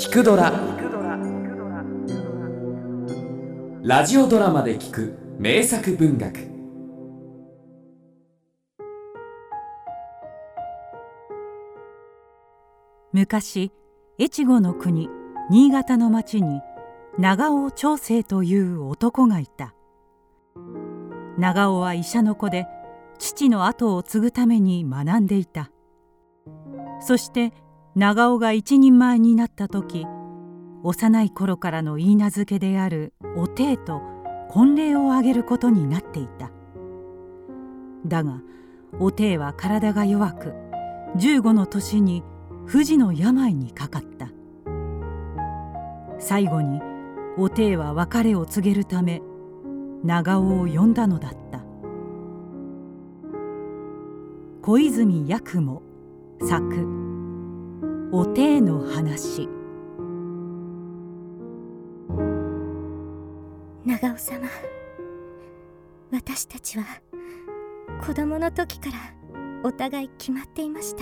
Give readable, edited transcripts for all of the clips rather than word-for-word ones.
聞くドラ」ラジオドラマで聞く名作文学。 昔、越後の国新潟の町に長尾長生という男がいた。長尾は医者の子で、父の後を継ぐために学んでいた。そして長尾が一人前になった時、幼い頃からの許嫁であるおていと婚礼を挙げることになっていた。だがおていは体が弱く、15の年に不治の病にかかった。最後におていは別れを告げるため長尾を呼んだのだった。小泉八雲作「おていの話」。 長尾様、私たちは子供の時からお互い決まっていました。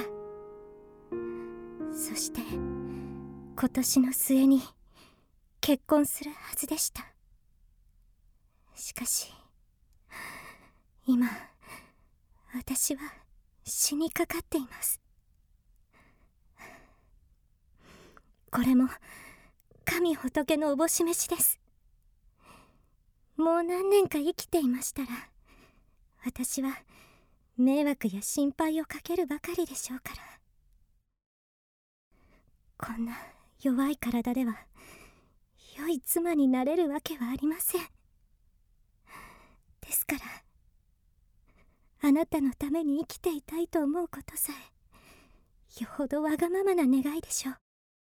そして今年の末に結婚するはずでした。しかし今私は死にかかっています。これも神仏のおぼし召しです。もう何年か生きていましたら、私は迷惑や心配をかけるばかりでしょうから。こんな弱い体では良い妻になれるわけはありません。ですからあなたのために生きていたいと思うことさえよほどわがままな願いでしょう。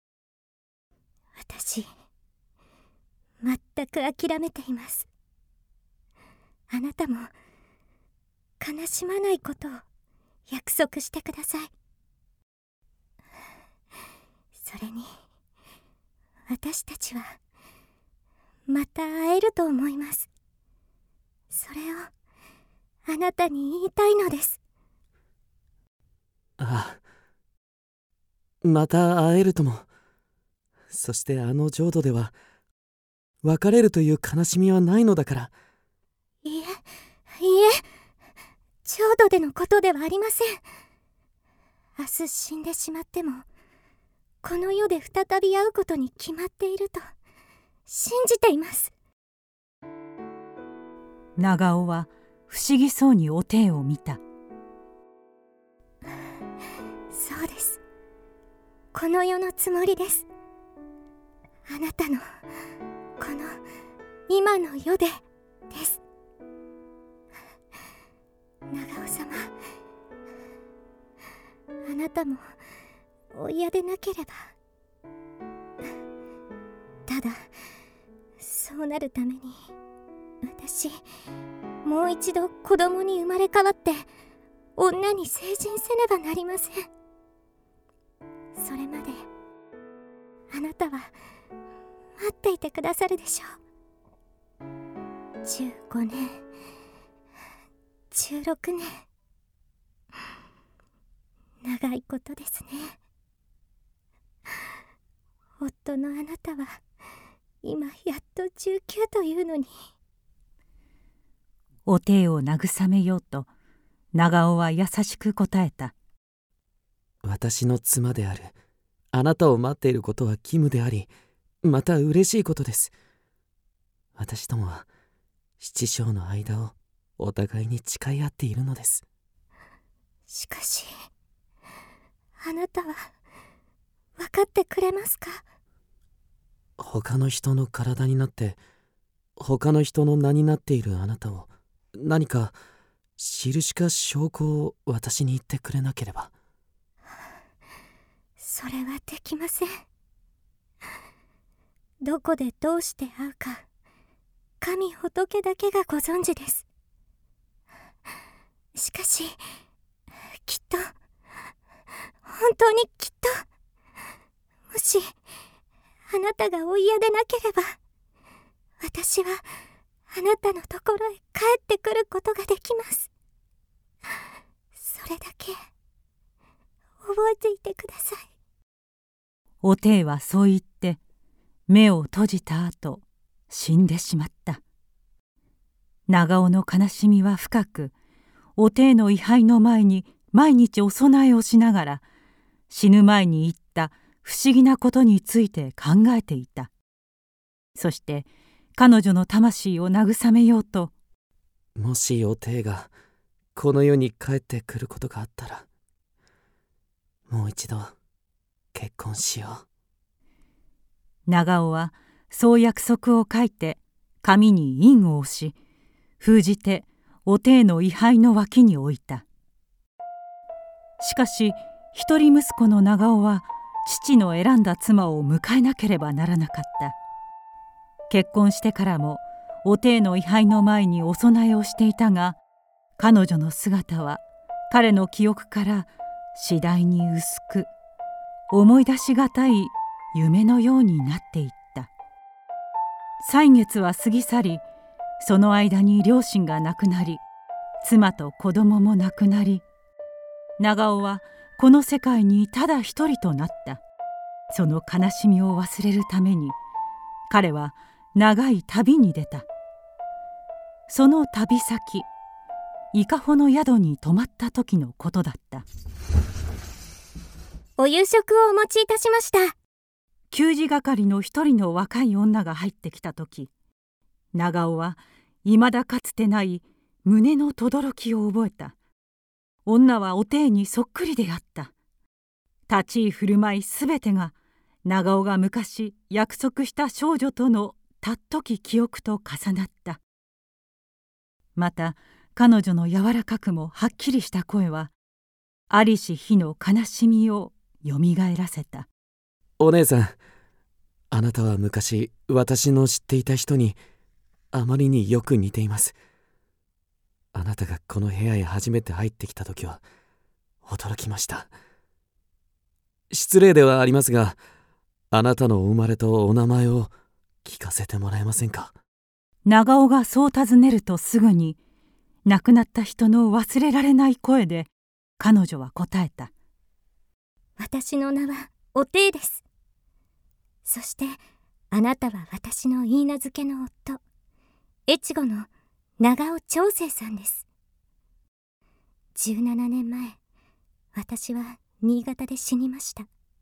私全く諦めています。あなたも悲しまないことを約束してください。それに私たちはまた会えると思います。それをあなたに言いたいのです。 ああ、また会えるとも。そしてあの浄土では別れるという悲しみはないのだから。 いいえ浄土でのことではありません。明日死んでしまってもこの世で再び会うことに決まっていると信じています。 長尾は不思議そうにおていを見た。 そうです、この世のつもりです。あなたのこの今の世でです。長尾様、あなたもお嫌でなければ。ただそうなるために私もう一度子供に生まれ変わって女に成人せねばなりません。それまであなたは待っていてくださるでしょう。15年16年、長いことですね。夫のあなたは今やっと19というのに。 おていを慰めようと長尾は優しく答えた。 私の妻であるあなたを待っていることは義務であり、また嬉しいことです。私ともは七生の間をお互いに誓い合っているのです。 しかしあなたは分かってくれますか？ 他の人の体になって他の人の名になっているあなたを何か印か証拠を私に言ってくれなければ。 それはできません。どこでどうして会うか神仏だけがご存知です。しかしきっと、本当にきっと、もしあなたがお嫌でなければ私はあなたのところへ帰ってくることができます。それだけ覚えていてください。 おていはそう言って目を閉じた後死んでしまった。長尾の悲しみは深く、おていの位牌の前に毎日お供えをしながら、死ぬ前に言った不思議なことについて考えていた。そして彼女の魂を慰めようと、 もしおていがこの世に帰ってくることがあったら、もう一度結婚しよう。長尾はそう約束を書いて紙に印を押し、封じておていの位牌の脇に置いた。しかし一人息子の長尾は父の選んだ妻を迎えなければならなかった。結婚してからもおていの位牌の前にお供えをしていたが、彼女の姿は彼の記憶から次第に薄く、思い出しがたい夢のようになっていった。歳月は過ぎ去り、その間に両親が亡くなり、妻と子供も亡くなり、長尾はこの世界にただ一人となった。その悲しみを忘れるために彼は長い旅に出た。その旅先、伊香保の宿に泊まった時のことだった。 お夕食をお持ちいたしました。 給仕係の一人の若い女が入ってきた時、長尾はいまだかつてない胸の轟きを覚えた。女はおていにそっくりであった。立ち居振る舞いすべてが長尾が昔約束した少女とのたっとき記憶と重なった。また彼女の柔らかくもはっきりした声はありし日の悲しみをよみがえらせた。 お姉さん、あなたは昔私の知っていた人にあまりによく似ています。あなたがこの部屋へ初めて入ってきた時は驚きました。失礼ではありますが、あなたのお生まれとお名前を聞かせてもらえませんか。 長尾がそう尋ねるとすぐに亡くなった人の忘れられない声で彼女は答えた。 私の名はおていです。そしてあなたは私の許嫁の夫、越後の長尾長生さんです。17年前、私は新潟で死にました。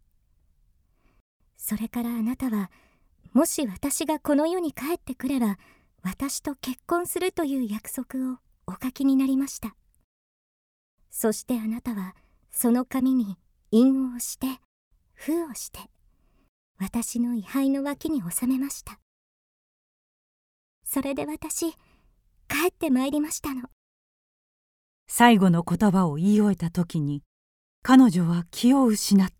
それからあなたは、もし私がこの世に帰ってくれば私と結婚するという約束をお書きになりました。そしてあなたはその紙に印を押して封をして私の位牌の脇に収めました。それで私帰ってまいりましたの。 最後の言葉を言い終えた時に彼女は気を失った。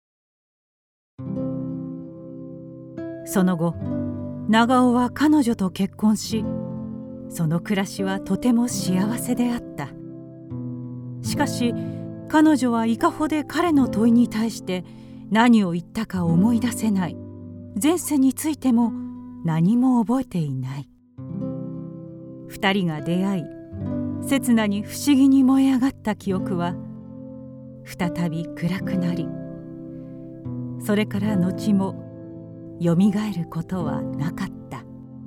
その後、長尾は彼女と結婚し、その暮らしはとても幸せであった。しかし彼女は伊香保で彼の問いに対して何を言ったか思い出せない。前世についても何も覚えていない。二人が出会い、刹那に不思議に燃え上がった記憶は再び暗くなり、それから後もよみがえることはなかった。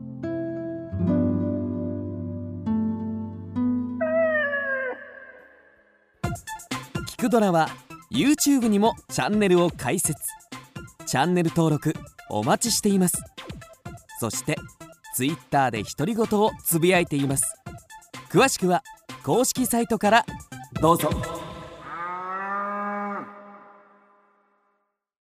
聞くドラは YouTube にもチャンネルを開設。チャンネル登録お待ちしています。そして Twitter で独り言をつぶやいています。詳しくは公式サイトからどうぞ。